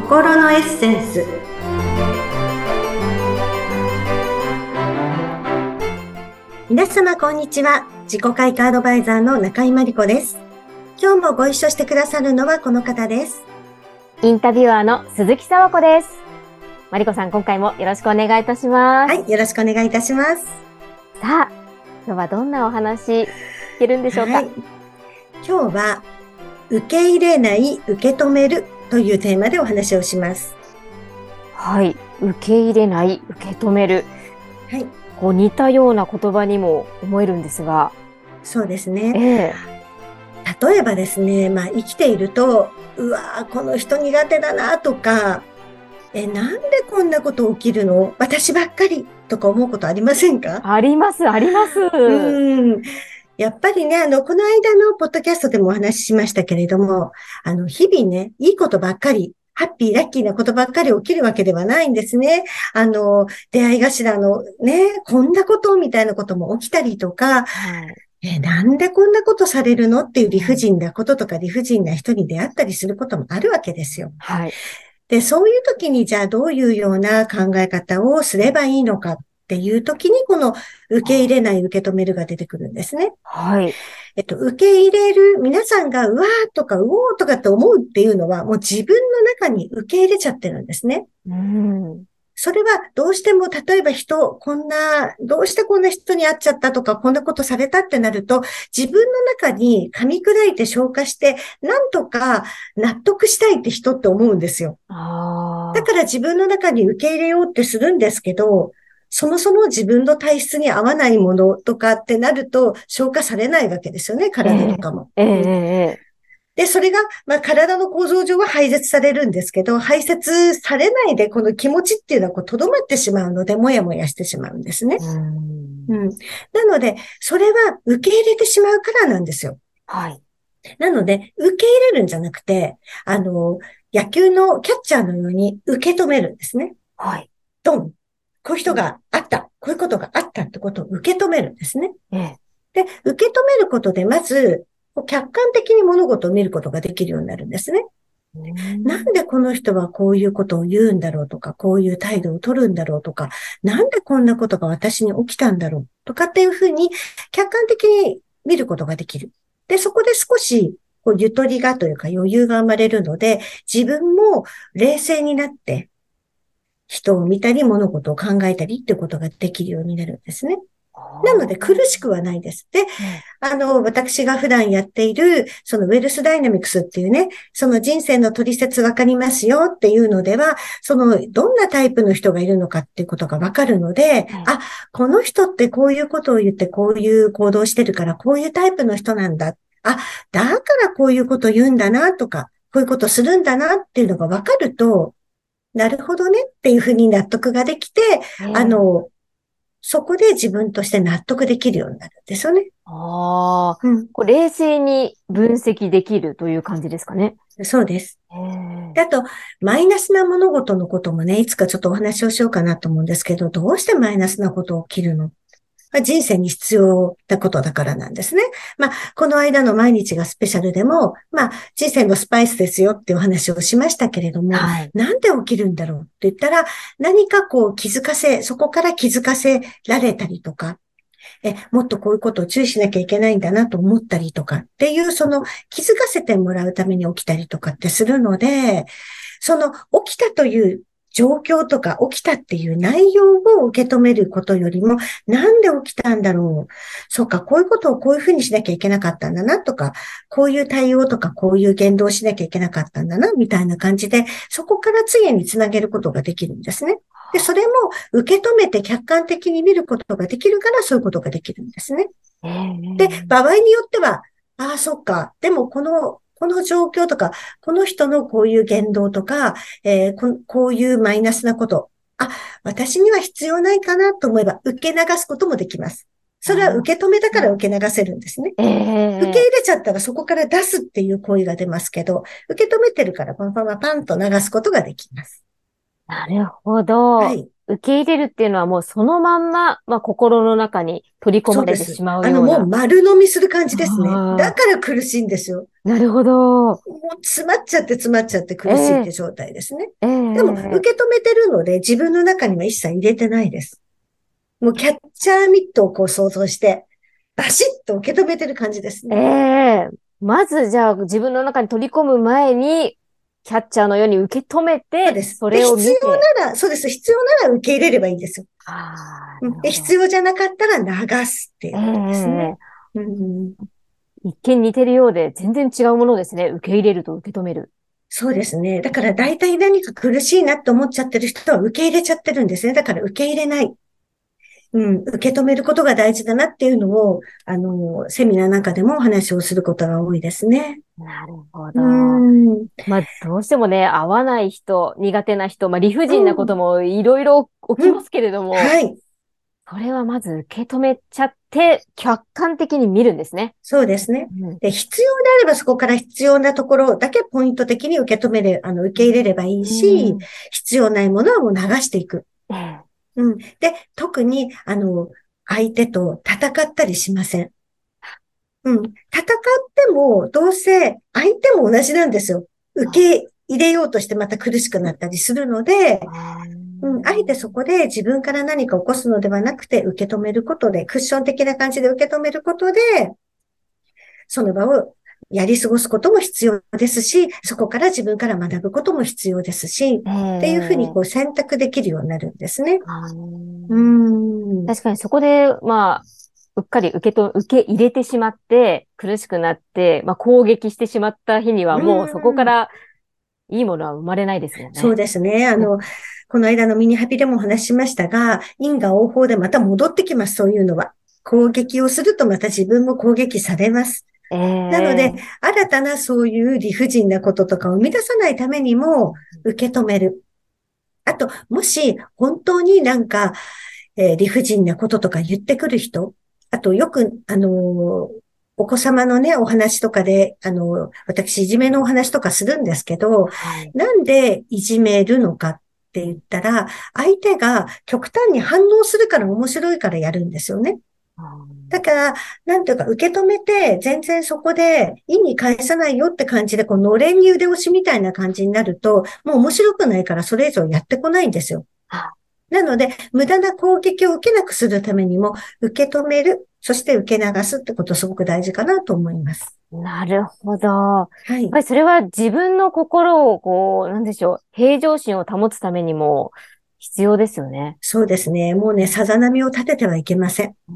心のエッセンス。皆様こんにちは。自己開花アドバイザーの中井真理子です。今日もご一緒してくださるのはこの方です。 インタビュアーの鈴木佐和子です。真理子さん、今回もよろしくお願いいたします。 はい、よろしくお願いいたします。 さあ、今日はどんなお話聞けるんでしょうか。 はい、今日は受け入れない、受け止めるというテーマでお話をします。 はい、受け入れない、受け止める。 はい。 こう似たような言葉にも思えるんですが。 そうですね。例えばですね、生きていると、うわー、この人苦手だなとか、なんでこんなこと起きるの？私ばっかりとか思うことありませんか？ あります、あります。 やっぱりね、この間のポッドキャストでもお話ししましたけれども、日々ね、いいことばっかり、ハッピー、ラッキーなことばっかり起きるわけではないんですね。出会い頭のね、こんなことみたいなことも起きたりとか、 はい、 なんでこんなことされるのっていう理不尽なこととか理不尽な人に出会ったりすることもあるわけですよ。 はい。 で、そういう時にじゃあどういうような考え方をすればいいのかっていう時にこの受け入れない受け止めるが出てくるんですね。 はい。 受け入れる、皆さんがうわーとかうおーとかって思うっていうのはもう自分の中に受け入れちゃってるんですね。それはどうしても、例えばどうしてこんな人に会っちゃったとか、こんなことされたってなると、自分の中に噛み砕いて消化して、なんとか納得したいって人って思うんですよ。だから自分の中に受け入れようってするんですけど、そもそも自分の体質に合わないものとかってなると、消化されないわけですよね、体とかも。で、それが、体の構造上は排泄されるんですけど、排泄されないで、この気持ちっていうのは留まってしまうので、もやもやしてしまうんですね。なので、それは受け入れてしまうからなんですよ。 はい。 なので、受け入れるんじゃなくて、野球のキャッチャーのように受け止めるんですね。 はい。 ドン。こういう人があった。こういうことがあったってことを受け止めるんですね。で、受け止めることで、まず、客観的に物事を見ることができるようになるんですね。なんでこの人はこういうことを言うんだろうとか、こういう態度を取るんだろうとか、なんでこんなことが私に起きたんだろうとかっていうふうに客観的に見ることができる。で、そこで少しゆとりがというか余裕が生まれるので、自分も冷静になって人を見たり物事を考えたりっていうことができるようになるんですね。なので苦しくはないです。で、私が普段やっている、そのウェルスダイナミクスっていうね、その人生の取説わかりますよっていうのでは、どんなタイプの人がいるのかっていうことがわかるので、この人ってこういうことを言ってこういう行動してるから、こういうタイプの人なんだ。だからこういうこと言うんだなとか、こういうことするんだなっていうのがわかると、なるほどねっていうふうに納得ができて、そこで自分として納得できるようになるんですよね。 冷静に分析できるという感じですかね。 そうです。あと、マイナスな物事のこともね、いつかちょっとお話をしようかなと思うんですけど、どうしてマイナスなこと起きるの？人生に必要なことだからなんですね。この間の毎日がスペシャルでも、人生のスパイスですよっていうお話をしましたけれども、なんで起きるんだろうって言ったら、何かそこから気づかせられたりとか、もっとこういうことを注意しなきゃいけないんだなと思ったりとかっていう、気づかせてもらうために起きたりとかってするので、起きたという状況とか起きたっていう内容を受け止めることよりも、なんで起きたんだろう。そうか、こういうことをこういうふうにしなきゃいけなかったんだなとか、こういう対応とかこういう言動をしなきゃいけなかったんだな、みたいな感じで、そこから次につなげることができるんですね。で、それも受け止めて客観的に見ることができるからそういうことができるんですね。で、場合によっては、そっか。でもこの状況とか、この人のこういう言動とか、こういうマイナスなこと、私には必要ないかなと思えば受け流すこともできます。それは受け止めたから受け流せるんですね。受け入れちゃったらそこから出すっていう行為が出ますけど、受け止めてるからパンパンパンと流すことができます。 なるほど。 はい。 受け入れるっていうのはもうそのまんま、まあ心の中に取り込そうです。 まれてしまうようもうな。 丸飲みする感じですね。だああ、 から苦しいんですよ。 なるほど。 もう詰まっちゃってえ苦しいってえ、 状態ですね。 えでも、 え、 受け止めてるので、自分の中には一切入れてないです。もうキャッチャーミットをこう想像して、バシッと受け止めてる感じですえね。 え。まずじゃあ自分の中に取り込む前に、キャッチャーのように受け止めて、 そうです。で、 それを見て。 そうです。必要なら受け入れればいいんですよ。 ああ、 うん。で、必なるほど。 要じゃなかったら流すっていえうことですね。 え、 うん。 一見似てるようで全然違うものですね。受け入れると受け止める。 そうですね。だから大体何か苦しいなって思っちゃってる人は受け入れちゃってるんですね。だから受け入れない。うん。受け止めることが大事だなっていうのを、セミナーなんかでもお話をすることが多いですね。 なるほうど。 ん。 まあ、どうしてもね、合わない人、苦手な人、まあ、理不尽なうん。 こともいろいろ起きうん。 ますけれども、 はい。 それはまず受け止めちゃって、客観的に見るんですね。 そうですね。 うん。 で、必要であればそこから必要なところだけポイント的に受け止める、受け入れればいいし、 うん。 必要ないものはもう流していく。 ええ。 うん。で、特に、相手と戦ったりしません。うん。戦っても、どうせ相手も同じなんですよ。受け入れようとしてまた苦しくなったりするので、 あうん。あえてそこで自分から何か起こすのではなくて、受け止めることで、クッション的な感じで受け止めることで、その場をやり過ごすことも必要ですし、そこから自分から学ぶことも必要ですし、 えっていうふうにこうえ。 選択できるようになるんですね。 あうーー、 ん。 確かにそこで、まあ、うっかり受け入れてしまって、苦しくなって、まあ、攻撃してしまった日にうは、もうそこかーん。 らいいものは生まれないですもんそうね。 ですね。 うん。 この間のミニハピでもお話ししましたが、因果応報でまた戻ってきます、そういうのは。攻撃をするとまた自分も攻撃されます。なので、 ええ。 新たなそういう理不尽なこととかを生み出さないためにも受け止める。あと、もし本当になんか、理不尽なこととか言ってくる人、あとよく、お子様のね、お話とかで、私、いじめのお話とかするんですけど、 はい。 なんでいじめるのかって言ったら、相手が極端に反応するから面白いからやるんですよね。 うん。 だから、なんていうか、受け止めて、全然そこで、意に返さないよって感じで、こう、のれんに腕押しみたいな感じになると、もう面白くないからそれ以上やってこないんですよ。なので、無駄な攻撃を受けなくするためにも、受け止める、そして受け流すってことすごく大事かなと思います。 なるほど。やっはい。 ぱりそれは自分の心を、こう、なんでしょう、平常心を保つためにも必要ですよね。 そうですね。もうね、さざ波を立ててはいけません。 うん。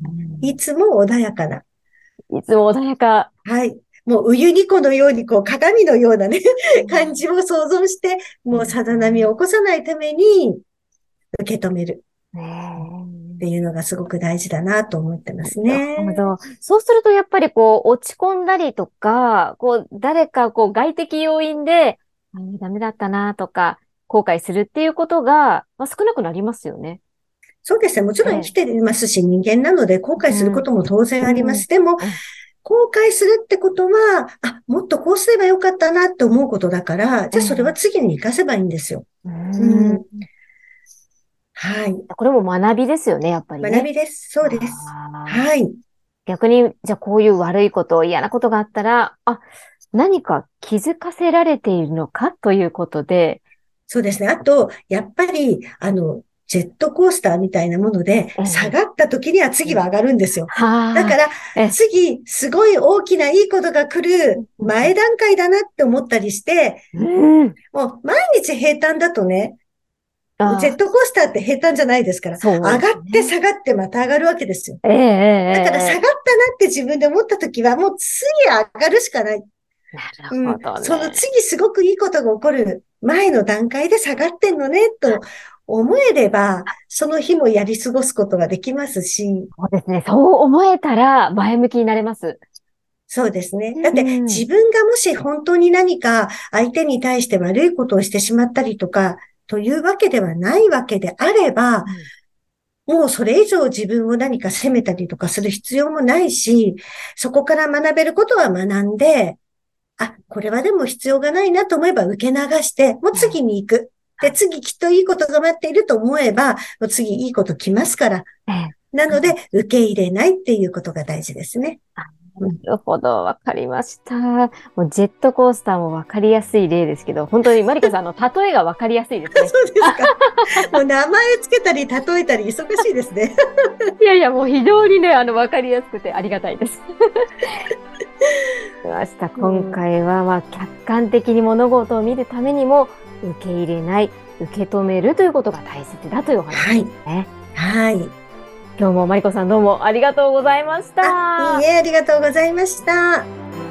いつも穏やかな。 いつも穏やか。 はい。もう、ウユニ湖のように、こう、鏡のようなね、 う感じを想像して、もう、さざ波をん。 起こさないために、受け止める。 ねっていうのがすごく大事だなと思ってますえ。なるほね。 ど。そうするとやっぱりこう落ち込んだりとか、こう誰かこう外的要因で、ダメだったなとか、後悔するっていうことが、まあ、少なくなりますよね。 そうですね。もちろん生きええ。 ていますし、人間なので後悔するこうん。 とも当然ありうん。 ます。でも、 ええ。 後悔するってことは、あ、もっとこうすればよかったなって思うことだから、じゃあそれはええ。 次に活かせばいいんですよ。 ううん。 ん。 はい。 これも学びですよね、やっぱりね。 学びです。そうです。 ああ。 はい。 逆に、じゃあこういう悪いこと、嫌なことがあったら、何か気づかせられているのかということで、 そうですね。あと、やっぱり、ジェットコースターみたいなもので、 ええ。 下がった時には次は上がるんですよ。だはあ、 から、 え、 次、すごい大きないいことが来る前段階だなって思ったりして、 うん。 もう毎日平坦だとね、ジェッあ、 トコースターって平坦じゃないですから、 そうで上がってすね。 下がってまた上がるわけですよ。 ええ、えだから下がっえ、ええ。 たなって自分で思った時は、もう次上がるしかない。 なるうん。 ほどそのね。 次すごくいいことが起こる前の段階で下がってんのね、と思えれば、その日もやり過ごすことができますし、 そうですね。そう思えたら前向きになれます。 そうですね。だってうん。う自分がもし本当に何か相手に対して悪いことをしてしまったりとか、というわけではないわけであれば、 ん。 もうそれ以上自分を何か責めたりとかする必要もないし、そこから学べることは学んで、あ、これはでも必要がないなと思えば受け流して、もう次に行く。 で、次きっといいことが待っていると思えば、次いいこと来ますから。なので、受け入れないっていうことが大事ですね。 なるほど、わかりました。もうジェットコースターもわかりやすい例ですけど、本当にマリコさんの例えがわかりやすいですね。 そうですか。もう名前つけたり例えたり忙しいですね。 いやいや、もう非常にね、わかりやすくてありがたいです。ました。今回は、客観的に物事を見るためにも、受け入れない、受け止めるということが大切だというお話ですね。 はい。 今日もマリコさんどうもありがとうございました。 いいえ、ありがとうございました。